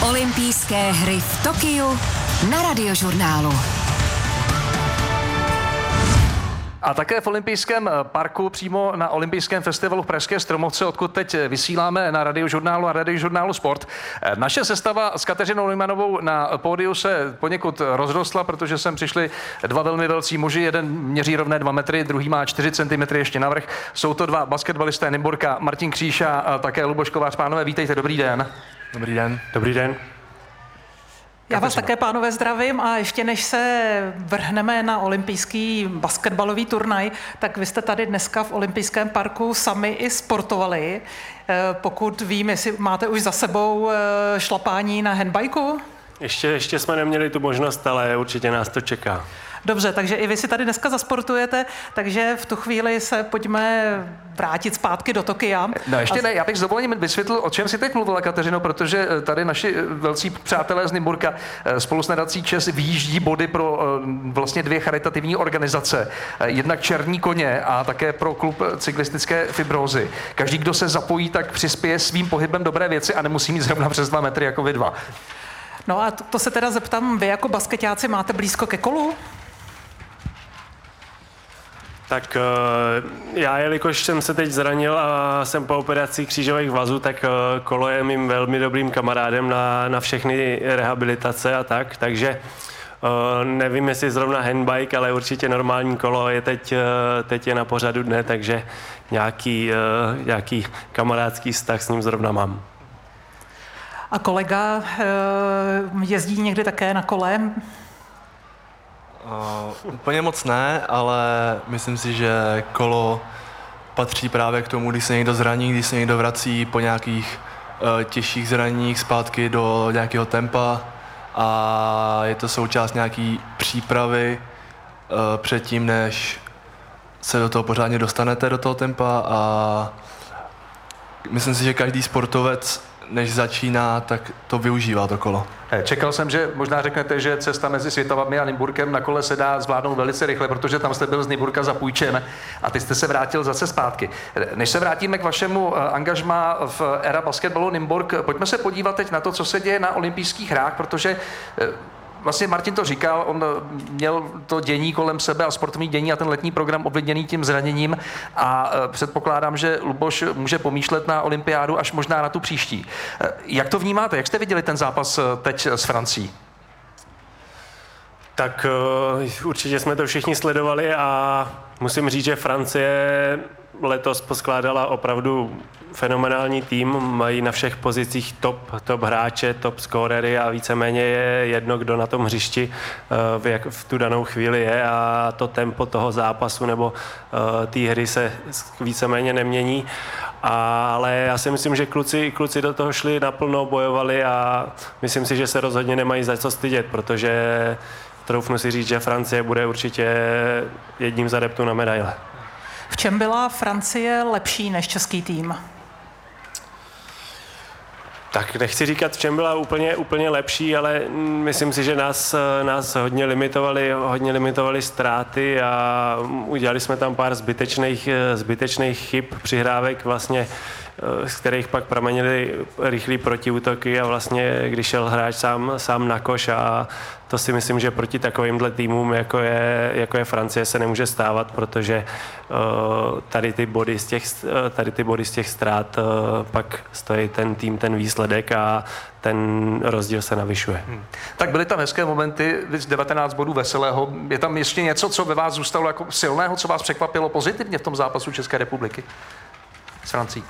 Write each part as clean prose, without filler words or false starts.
Olympijské hry v Tokiu na Radiožurnálu. A také v olympijském parku, přímo na olympijském festivalu v Pražské Stromovce, odkud teď vysíláme na Radiožurnálu a Radiožurnálu Sport. Naše sestava s Kateřinou Neumannovou na pódiu se poněkud rozrostla, protože sem přišli dva velmi velcí muži. Jeden měří rovné 2 metry, druhý má 4 cm ještě navrch. Jsou to dva basketbalisté Nymburka, Martin Kříž a také Luboš Kovář. Pánové, vítejte, dobrý den. Dobrý den. Dobrý den. Já vás také, pánové, zdravím a ještě než se vrhneme na olympijský basketbalový turnaj, tak vy jste tady dneska v olympijském parku sami i sportovali. Pokud vím, jestli máte už za sebou šlapání na handbajku? Ještě jsme neměli tu možnost, ale určitě nás to čeká. Dobře, takže i vy si tady dneska zasportujete, takže v tu chvíli se pojďme vrátit zpátky do Tokia. No ještě ne, já bych s dovolením vysvětlil, o čem si teď mluvila, Kateřino, protože tady naši velcí přátelé z Nymburka spolu s nadací ČES vyjíždí body pro vlastně 2 charitativní organizace. Jednak Černí koně a také pro klub cyklistické fibrózy. Každý, kdo se zapojí, tak přispěje svým pohybem dobré věci a nemusí mít zrovna přes 2 metry jako vy dva. No a to se teda zeptám, vy jako basketáci máte blízko ke kolu? Tak já, jelikož jsem se teď zranil a jsem po operaci křížových vazů, tak kolo je mým velmi dobrým kamarádem na všechny rehabilitace a tak, takže nevím, jestli zrovna handbike, ale určitě normální kolo je teď je na pořadu dne, takže nějaký kamarádský vztah s ním zrovna mám. A kolega jezdí někdy také na kole? Úplně moc ne, ale myslím si, že kolo patří právě k tomu, když se někdo zraní, když se někdo vrací po nějakých těžších zraněních zpátky do nějakého tempa a je to součást nějaký přípravy předtím, než se do toho pořádně dostanete do toho tempa a myslím si, že každý sportovec, než začíná, tak to využívá to kolo. Čekal jsem, že možná řeknete, že cesta mezi Světovami a Nymburkem na kole se dá zvládnout velice rychle, protože tam jste byl z Nymburka zapůjčen a ty jste se vrátil zase zpátky. Než se vrátíme k vašemu angažmá v Era basketbalu Nymburk, pojďme se podívat teď na to, co se děje na olympijských hrách, protože vlastně Martin to říkal, on měl to dění kolem sebe a sportovní dění a ten letní program ovlivněný tím zraněním a předpokládám, že Luboš může pomýšlet na olympiádu až možná na tu příští. Jak to vnímáte? Jak jste viděli ten zápas teď s Francií? Tak určitě jsme to všichni sledovali a musím říct, že Francie letos poskládala opravdu fenomenální tým, mají na všech pozicích top hráče, top scorery a víceméně je jedno, kdo na tom hřišti v tu danou chvíli je a to tempo toho zápasu nebo té hry se víceméně nemění. Ale já si myslím, že kluci do toho šli naplno, bojovali a myslím si, že se rozhodně nemají za co stydět, protože troufnu si říct, že Francie bude určitě jedním z adeptů na medaile. V čem byla Francie lepší než český tým? Tak nechci říkat, v čem byla úplně lepší, ale myslím si, že nás hodně limitovali ztráty a udělali jsme tam pár zbytečných chyb, přihrávek vlastně, z kterých pak pramenily rychlý protiútoky a vlastně, když šel hráč sám na koš a to si myslím, že proti takovýmhle týmům, jako je Francie, se nemůže stávat, protože tady ty body z těch ztrát pak stojí ten tým, ten výsledek a ten rozdíl se navyšuje. Tak byly tam hezké momenty, 19 bodů veselého. Je tam ještě něco, co ve vás zůstalo jako silného, co vás překvapilo pozitivně v tom zápasu České republiky s Francií?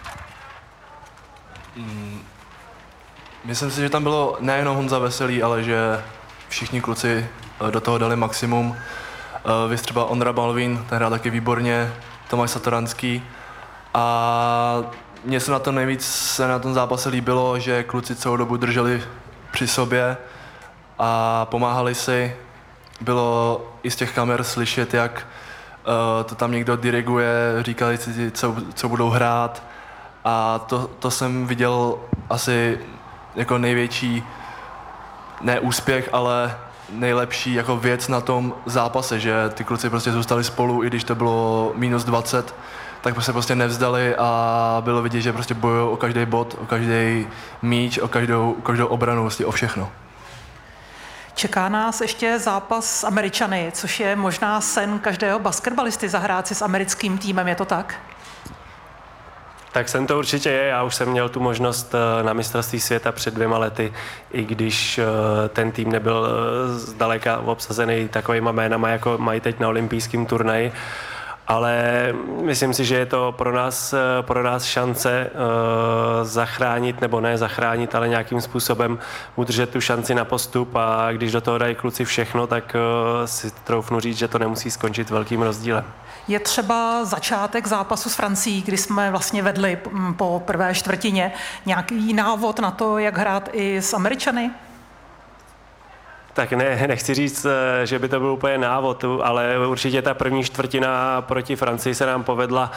Myslím si, že tam bylo nejenom Honza Veselý, ale že všichni kluci do toho dali maximum. Víš třeba Ondra Balvin, ten hrál taky výborně, Tomáš Satoranský. A mně se na tom zápase líbilo, že kluci celou dobu drželi při sobě a pomáhali si. Bylo i z těch kamer slyšet, jak to tam někdo diriguje, říkali si, co budou hrát. A to jsem viděl asi jako největší, ne úspěch, ale nejlepší jako věc na tom zápase, že ty kluci prostě zůstali spolu, i když to bylo -20, tak se prostě nevzdali a bylo vidět, že prostě bojují o každý bod, o každý míč, o každou obranu, vlastně o všechno. Čeká nás ještě zápas s Američany, což je možná sen každého basketbalisty zahrát si s americkým týmem, je to tak? Tak sen to určitě je. Já už jsem měl tu možnost na mistrovství světa před 2 lety, i když ten tým nebyl zdaleka obsazený takovýma jménama, jako mají teď na olympijském turnaji. Ale myslím si, že je to pro nás šance zachránit, nebo ne zachránit, ale nějakým způsobem udržet tu šanci na postup, a když do toho dají kluci všechno, tak si troufnu říct, že to nemusí skončit velkým rozdílem. Je třeba začátek zápasu s Francií, kdy jsme vlastně vedli po prvé čtvrtině, nějaký návod na to, jak hrát i s Američany? Tak nechci říct, že by to byl úplně návod, ale určitě ta první čtvrtina proti Francii se nám povedla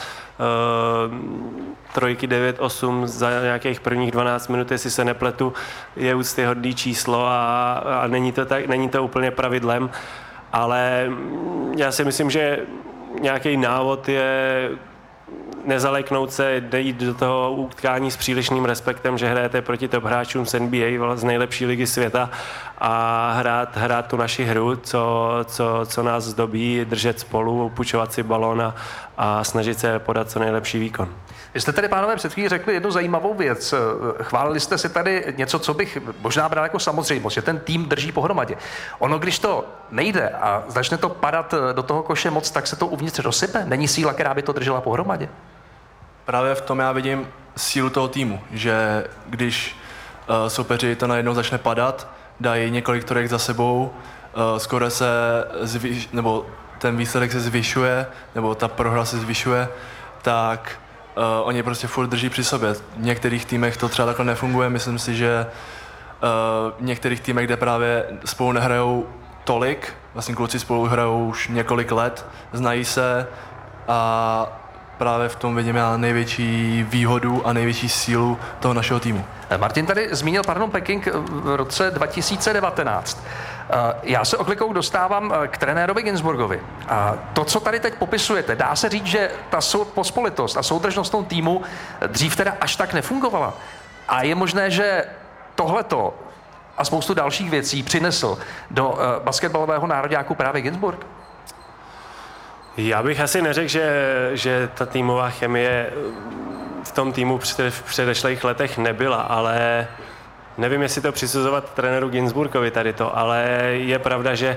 3-9-8 za nějakých prvních 12 minut, jestli se nepletu, je úctyhodný číslo a není to úplně pravidlem, ale já si myslím, že nějaký návod je nezaleknout se, jít do toho utkání s přílišným respektem, že hrajete proti top hráčům z NBA, z nejlepší ligy světa, a hrát tu naši hru, co nás zdobí, držet spolu, půjčovat si balón a snažit se podat co nejlepší výkon. Vy jste tady, pánové, před chvílí řekli jednu zajímavou věc. Chválili jste si tady něco, co bych možná bral jako samozřejmost, že ten tým drží pohromadě. Ono, když to nejde a začne to padat do toho koše moc, tak se to uvnitř rozsype? Není síla, která by to držela pohromadě? Právě v tom já vidím sílu toho týmu, že když soupeři to najednou začne padat, dají několik trojek za sebou, skoro se nebo ten výsledek se zvyšuje, nebo ta prohra se zvyšuje, tak oni prostě furt drží při sobě. V některých týmech to třeba takhle nefunguje, myslím si, že v některých týmech, kde právě spolu nehrajou tolik, vlastně kluci spolu hrajou už několik let, znají se, a právě v tom vidím já největší výhodu a největší sílu toho našeho týmu. Martin tady zmínil Peking v roce 2019. Já se oklikou dostávám k trenérovi Ginsburgovi. A to, co tady teď popisujete, dá se říct, že ta pospolitost a soudržnost toho týmu dřív teda až tak nefungovala. A je možné, že tohleto a spoustu dalších věcí přinesl do basketbalového nároďáku právě Ginsburg? Já bych asi neřekl, že ta týmová chemie v tom týmu v předešlých letech nebyla, ale nevím, jestli to přisuzovat trenéru Ginsburgovi tady to, ale je pravda, že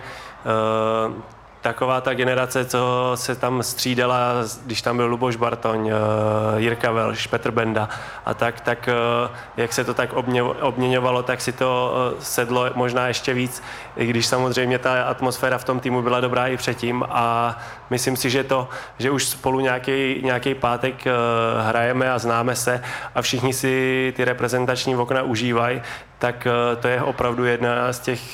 taková ta generace, co se tam střídala, když tam byl Luboš Bartoň, Jirka Velš, Petr Benda a tak jak se to tak obměňovalo, tak si to sedlo možná ještě víc, i když samozřejmě ta atmosféra v tom týmu byla dobrá i předtím, a myslím si, že už spolu nějaký pátek hrajeme a známe se a všichni si ty reprezentační okna užívají, tak to je opravdu jedna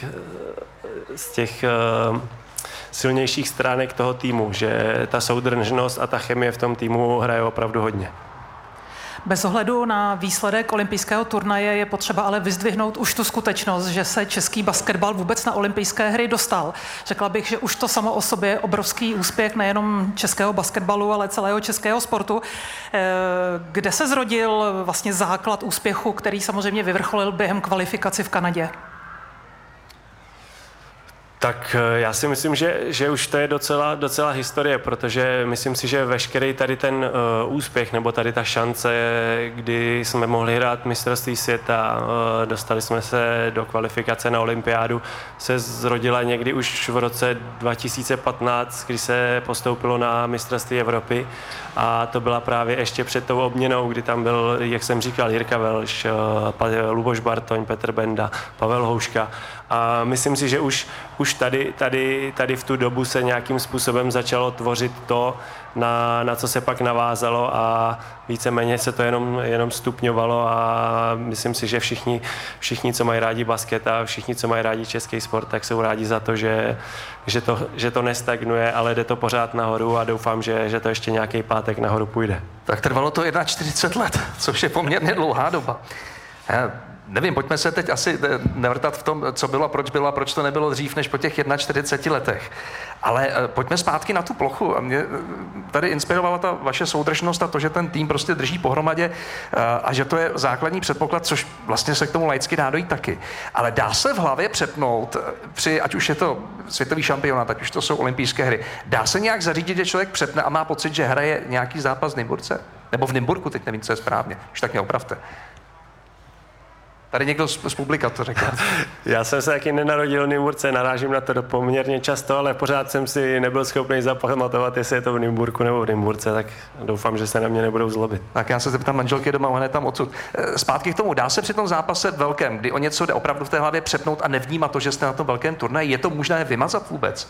z těch silnějších stránek toho týmu, že ta soudržnost a ta chemie v tom týmu hraje opravdu hodně. Bez ohledu na výsledek olympijského turnaje je potřeba ale vyzdvihnout už tu skutečnost, že se český basketbal vůbec na olympijské hry dostal. Řekla bych, že už to samo o sobě je obrovský úspěch nejenom českého basketbalu, ale celého českého sportu. Kde se zrodil vlastně základ úspěchu, který samozřejmě vyvrcholil během kvalifikaci v Kanadě? Tak já si myslím, že už to je docela historie, protože myslím si, že veškerý tady ten úspěch nebo tady ta šance, kdy jsme mohli hrát mistrovství světa, dostali jsme se do kvalifikace na olympiádu, se zrodila někdy už v roce 2015, kdy se postoupilo na mistrovství Evropy, a to byla právě ještě před tou obměnou, kdy tam byl, jak jsem říkal, Jirka Velš, Luboš Bartoň, Petr Benda, Pavel Houška. A myslím si, že už tady v tu dobu se nějakým způsobem začalo tvořit to, na co se pak navázalo, a víceméně se to jenom stupňovalo, a myslím si, že všichni, co mají rádi basket a všichni, co mají rádi český sport, tak jsou rádi za to, že to nestagnuje, ale jde to pořád nahoru, a doufám, že to ještě nějaký pátek nahoru půjde. Tak trvalo to 41 let, což je poměrně dlouhá doba. nevím, pojďme se teď asi nevrtat v tom, co bylo, proč to nebylo dřív než po těch 41 letech. Ale pojďme zpátky na tu plochu. A mě tady inspirovala ta vaše soudržnost a to, že ten tým prostě drží pohromadě a že to je základní předpoklad, což vlastně se k tomu laicky dá dojít taky. Ale dá se v hlavě přepnout ať už je to světový šampionát, ať už to jsou olympijské hry, dá se nějak zařídit, že člověk přepne a má pocit, že hraje nějaký zápas v Nymburce? Nebo v Nymburku, teď nevím, co je správně. Už tak mě opravte. Tady někdo z publika to řekl. Já jsem se taky nenarodil v Nymburce, narážím na to poměrně často, ale pořád jsem si nebyl schopný zapamatovat, jestli je to v Nymburku nebo v Nymburce, tak doufám, že se na mě nebudou zlobit. Tak já se zeptám manželky doma, hned tam odsud. Zpátky k tomu, dá se při tom zápase velkém, kdy o něco jde opravdu v té hlavě přepnout a nevnímat to, že jste na tom velkém turnaji, je to možné vymazat vůbec?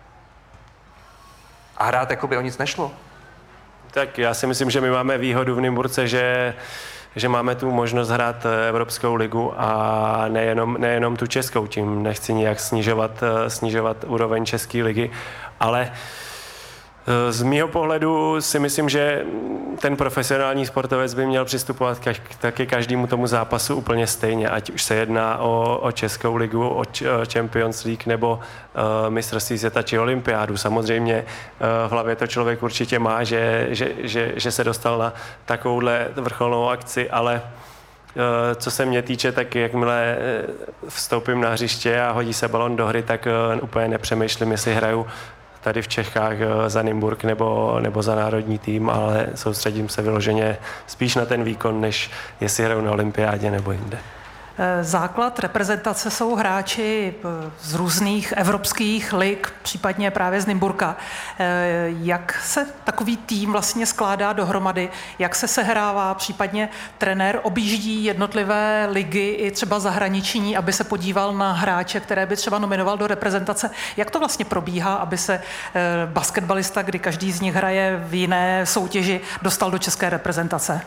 A hrát, jako by o nic nešlo? Tak já si myslím, že my máme výhodu v Nymburce, že máme tu možnost hrát Evropskou ligu a nejenom tu českou, tím nechci nijak snižovat úroveň české ligy, ale z mýho pohledu si myslím, že ten profesionální sportovec by měl přistupovat taky každému tomu zápasu úplně stejně, ať už se jedná o Českou ligu, o Champions League nebo mistrovství světa či olympiádu. Samozřejmě v hlavě to člověk určitě má, že se dostal na takovouhle vrcholnou akci, ale co se mě týče, tak jakmile vstoupím na hřiště a hodí se balon do hry, tak úplně nepřemýšlím, jestli hraju tady v Čechách za Nymburk nebo za národní tým, ale soustředím se vyloženě spíš na ten výkon, než jestli hraju na olympiádě nebo jinde. Základ reprezentace jsou hráči z různých evropských lig, případně právě z Nymburka. Jak se takový tým vlastně skládá dohromady? Jak se sehrává? Případně trenér objíždí jednotlivé ligy i třeba zahraniční, aby se podíval na hráče, které by třeba nominoval do reprezentace. Jak to vlastně probíhá, aby se basketbalista, kdy každý z nich hraje v jiné soutěži, dostal do české reprezentace?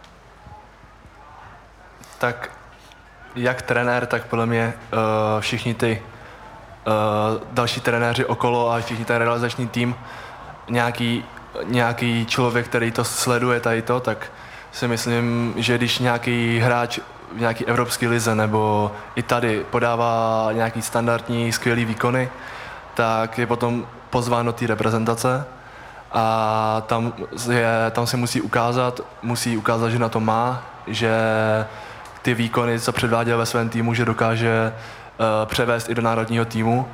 Tak jak trenér, tak podle mě všichni ty další trenéři okolo a všichni ten realizační tým, nějaký člověk, který to sleduje tady to, tak si myslím, že když nějaký hráč v nějaký evropské lize nebo i tady podává nějaký standardní skvělý výkony, tak je potom pozván do té reprezentace a tam se musí ukázat, že na to má, že ty výkony, co předváděl ve svém týmu, že dokáže převést i do národního týmu.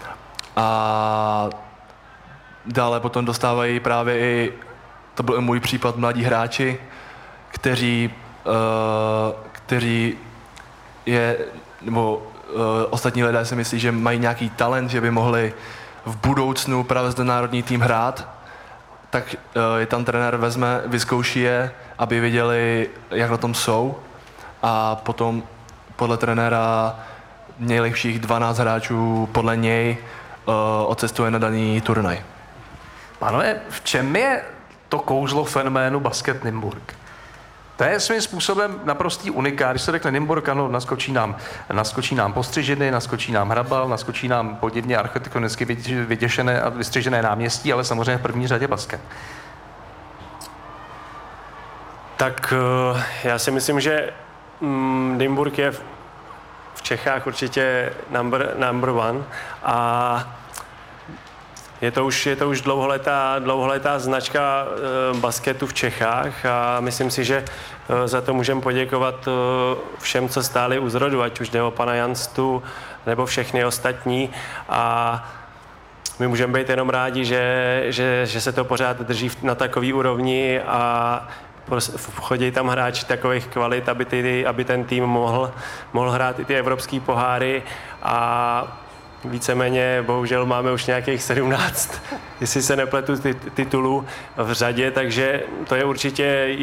A dále potom dostávají právě i, to byl i můj případ, mladí hráči, kteří ostatní lidé si myslí, že mají nějaký talent, že by mohli v budoucnu právě do národní tým hrát, tak je tam trenér vezme, vyzkouší je, aby viděli, jak na tom jsou. A potom podle trenéra nejlepších 12 hráčů podle něj odcestuje na daný turnaj. Pánové, v čem je to kouzlo fenoménu Basket Nymburk? To je svým způsobem naprostý unikát. Když se řekne Nymburk, ano, naskočí nám Postřižiny, naskočí nám Hrabal, naskočí nám podivně architektonicky vyděšené a vystřižené náměstí, ale samozřejmě v první řadě basket. Tak já si myslím, že Nymburk je v Čechách určitě number one a je to už dlouholetá značka basketu v Čechách a myslím si, že za to můžeme poděkovat všem, co stáli u zrodu, ať už jde o pana Janstu nebo všechny ostatní a my můžeme být jenom rádi, že se to pořád drží na takové úrovni a chodí tam hráči takových kvalit, aby ten tým mohl hrát i ty evropské poháry a víceméně bohužel máme už nějakých 17, jestli se nepletu, titulů v řadě, takže to je určitě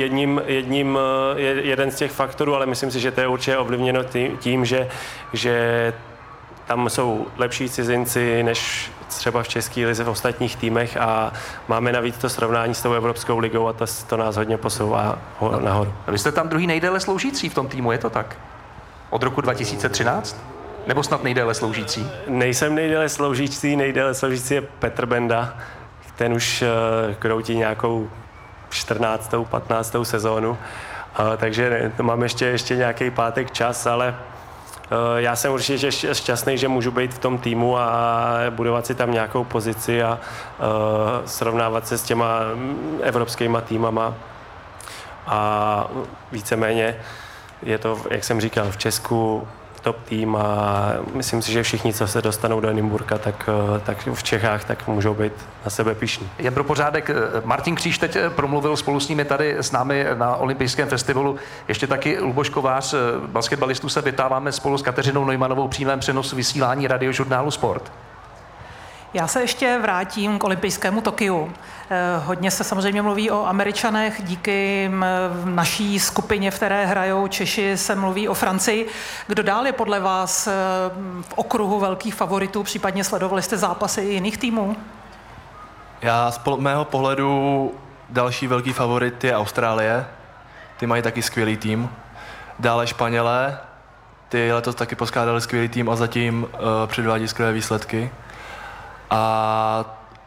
jeden z těch faktorů, ale myslím si, že to je určitě ovlivněno tím, že tam jsou lepší cizinci než třeba v české lize v ostatních týmech a máme navíc to srovnání s tou Evropskou ligou a to nás hodně posouvá nahoru. Vy jste tam druhý nejdéle sloužící v tom týmu, je to tak? Od roku 2013? Nebo snad nejdéle sloužící? Nejsem nejdéle sloužící je Petr Benda, ten už kroutí nějakou 14., 15. sezónu Takže mám ještě nějaký pátek čas, ale já jsem určitě šťastný, že můžu být v tom týmu a budovat si tam nějakou pozici a srovnávat se s těma evropskýma týmama. A víceméně je to, jak jsem říkal, v Česku top tým a myslím si, že všichni, co se dostanou do Nymburka, tak v Čechách tak můžou být na sebe pyšní. Jen pro pořádek, Martin Kříž teď promluvil spolu s nimi tady s námi na olympijském festivalu. Ještě taky Luboš Kovář, basketbalistů se vytáváme spolu s Kateřinou Neumannovou přímém přenosu vysílání radiožurnálu Sport. Já se ještě vrátím k olympijskému Tokiu. Hodně se samozřejmě mluví o Američanech, díky naší skupině, v které hrajou Češi, se mluví o Francii. Kdo dál je podle vás v okruhu velkých favoritů, případně sledovali jste zápasy i jiných týmů? Já z mého pohledu další velký favorit je Austrálie. Ty mají taky skvělý tým. Dále Španělé, ty letos taky poskládali skvělý tým a zatím předvádí skvělé výsledky. A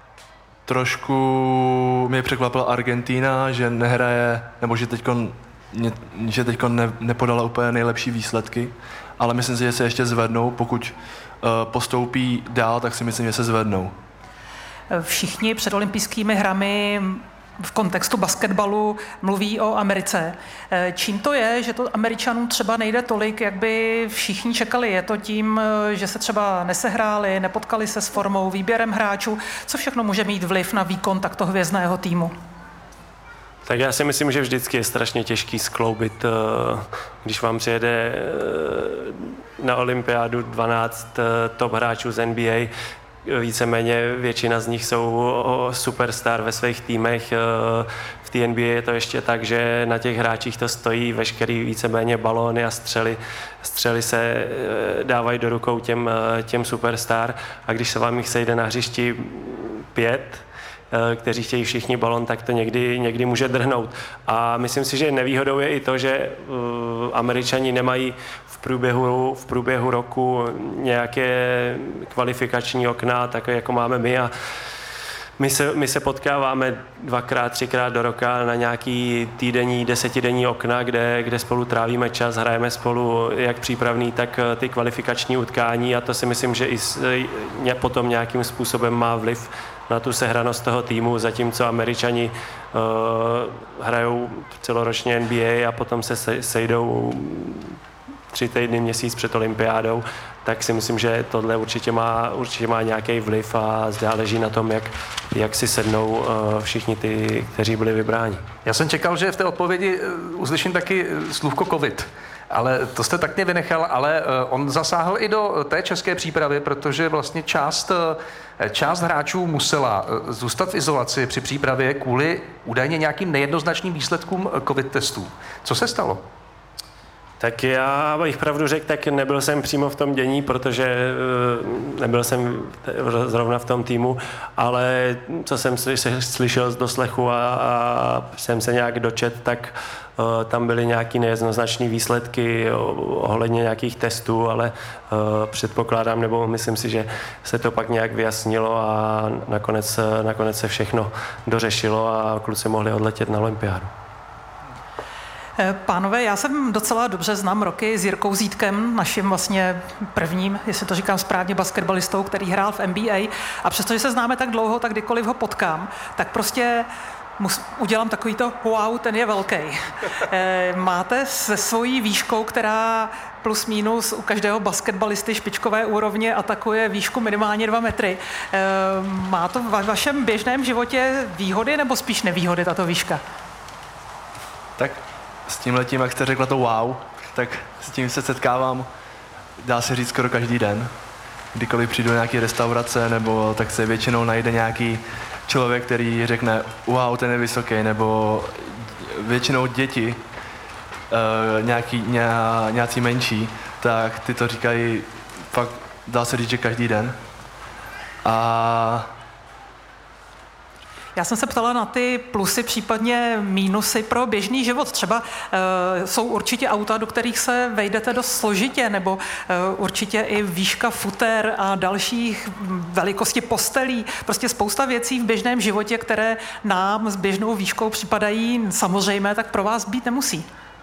trošku mě překvapila Argentína, že nehraje, nebo že teďko nepodala úplně nejlepší výsledky, ale myslím si, že se ještě zvednou. Pokud postoupí dál, tak si myslím, že se zvednou. Všichni před olympijskými hrami v kontextu basketbalu mluví o Americe. Čím to je, že to Američanům třeba nejde tolik, jak by všichni čekali? Je to tím, že se třeba nesehráli, nepotkali se s formou, výběrem hráčů? Co všechno může mít vliv na výkon takto hvězdného týmu? Tak já si myslím, že vždycky je strašně těžký skloubit, když vám přijede na olympiádu 12 top hráčů z NBA, víceméně většina z nich jsou superstar ve svých týmech. V té NBA je to ještě tak, že na těch hráčích to stojí veškerý víceméně balóny a střely se dávají do rukou těm superstar a když se vám jich sejde na hřišti 5, kteří chtějí všichni balon, tak to někdy může drhnout. A myslím si, že nevýhodou je i to, že Američani nemají v průběhu roku nějaké kvalifikační okna, tak jako máme my a my se potkáváme 2x, 3x do roka na nějaký týdenní, 10denní okna, kde spolu trávíme čas, hrajeme spolu jak přípravný, tak ty kvalifikační utkání a to si myslím, že i potom nějakým způsobem má vliv na tu sehranost toho týmu, zatímco Američani hrajou celoročně NBA a potom se sejdou 3 týdny, měsíc před olympiádou, tak si myslím, že tohle určitě má nějaký vliv a záleží na tom, jak si sednou všichni ty, kteří byli vybráni. Já jsem čekal, že v té odpovědi uslyším taky slůvko covid, ale to jste tak vynechal, ale on zasáhl i do té české přípravy, protože vlastně část hráčů musela zůstat v izolaci při přípravě kvůli údajně nějakým nejednoznačným výsledkům covid testů. Co se stalo? Tak já, abych pravdu řekl, tak nebyl jsem přímo v tom dění, protože nebyl jsem zrovna v tom týmu, ale co jsem slyšel z doslechu a jsem se nějak dočet, tak tam byly nějaké nejednoznačné výsledky ohledně nějakých testů, ale předpokládám, nebo myslím si, že se to pak nějak vyjasnilo a nakonec se všechno dořešilo a kluci mohli odletět na olympiádu. Pánové, já jsem docela dobře znám roky s Jirkou Zítkem, naším vlastně prvním, jestli to říkám správně, basketbalistou, který hrál v NBA a přestože se známe tak dlouho, tak kdykoliv ho potkám, tak prostě udělám takovýto wow, ten je velký. Máte se svojí výškou, která plus minus u každého basketbalisty špičkové úrovně atakuje výšku minimálně 2 metry. Má to v vašem běžném životě výhody nebo spíš nevýhody tato výška? Tak s tímhletím, jak jste řekla to wow, tak s tím se setkávám, dá se říct, skoro každý den. Kdykoliv přijdu do nějaké restaurace, nebo tak se většinou najde nějaký člověk, který řekne wow, ten je vysoký, nebo většinou děti, nějací menší, tak ty to říkají fakt, dá se říct, že každý den. A já jsem se ptala na ty plusy, případně mínusy pro běžný život. Třeba jsou určitě auta, do kterých se vejdete dost složitě, nebo určitě i výška futer a dalších velikosti postelí. Prostě spousta věcí v běžném životě, které nám s běžnou výškou připadají samozřejmé, tak pro vás být nemusí.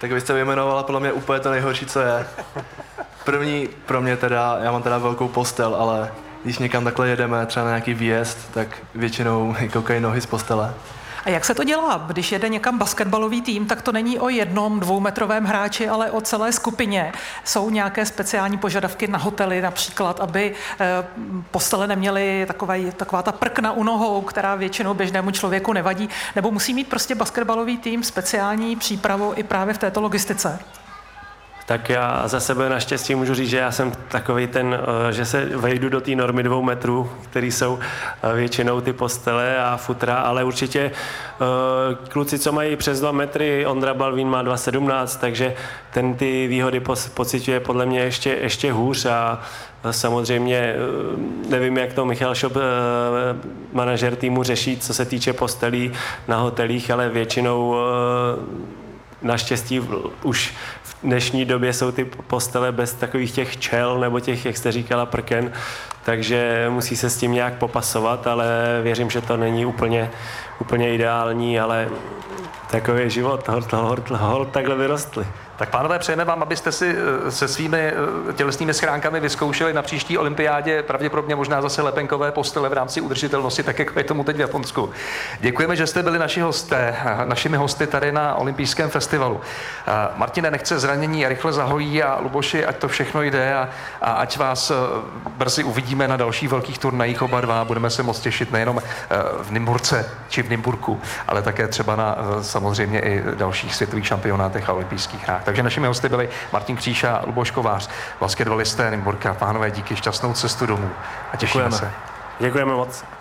Tak vy jste vyjmenovala podle mě úplně to nejhorší, co je. První pro mě teda, já mám teda velkou postel, ale když někam takhle jedeme, třeba na nějaký výjezd, tak většinou koukají nohy z postele. A jak se to dělá? Když jede někam basketbalový tým, tak to není o jednom 2metrovém hráči, ale o celé skupině. Jsou nějaké speciální požadavky na hotely například, aby postele neměly taková ta prkna u nohou, která většinou běžnému člověku nevadí, nebo musí mít prostě basketbalový tým speciální přípravu i právě v této logistice? Tak já za sebe naštěstí můžu říct, že já jsem takový ten, že se vejdu do té normy 2 metrů, který jsou většinou ty postele a futra, ale určitě kluci, co mají přes 2 metry, Ondra Balvín má 2,17, takže ten ty výhody pociťuje podle mě ještě hůř a samozřejmě nevím, jak to Michal Šop, manažer týmu, řeší, co se týče postelí na hotelích, ale většinou naštěstí už v dnešní době jsou ty postele bez takových těch čel nebo těch, jak jste říkala, prken, takže musí se s tím nějak popasovat, ale věřím, že to není úplně ideální, ale takový je život, hol takhle vyrostli. Tak pánové, přejeme vám, abyste si se svými tělesnými schránkami vyzkoušeli na příští olympiádě pravděpodobně možná zase lepenkové postele v rámci udržitelnosti, tak jako je tomu teď v Japonsku. Děkujeme, že jste byli našimi hosty tady na olympijském festivalu. Martine, nechce zranění rychle zahojí a Luboši, ať to všechno jde a ať vás brzy uvidíme na dalších velkých turnajích oba dva. Budeme se moc těšit nejenom v Nymburce či v Nymburku, ale také třeba na samozřejmě i dalších světových šampionátech a olympijských hrách. Takže našimi hosty byli Martin Kříž a Luboš Kovář, basketbalisté Nymburka. Pánové, díky, šťastnou cestu domů a těšíme se. Děkujeme moc.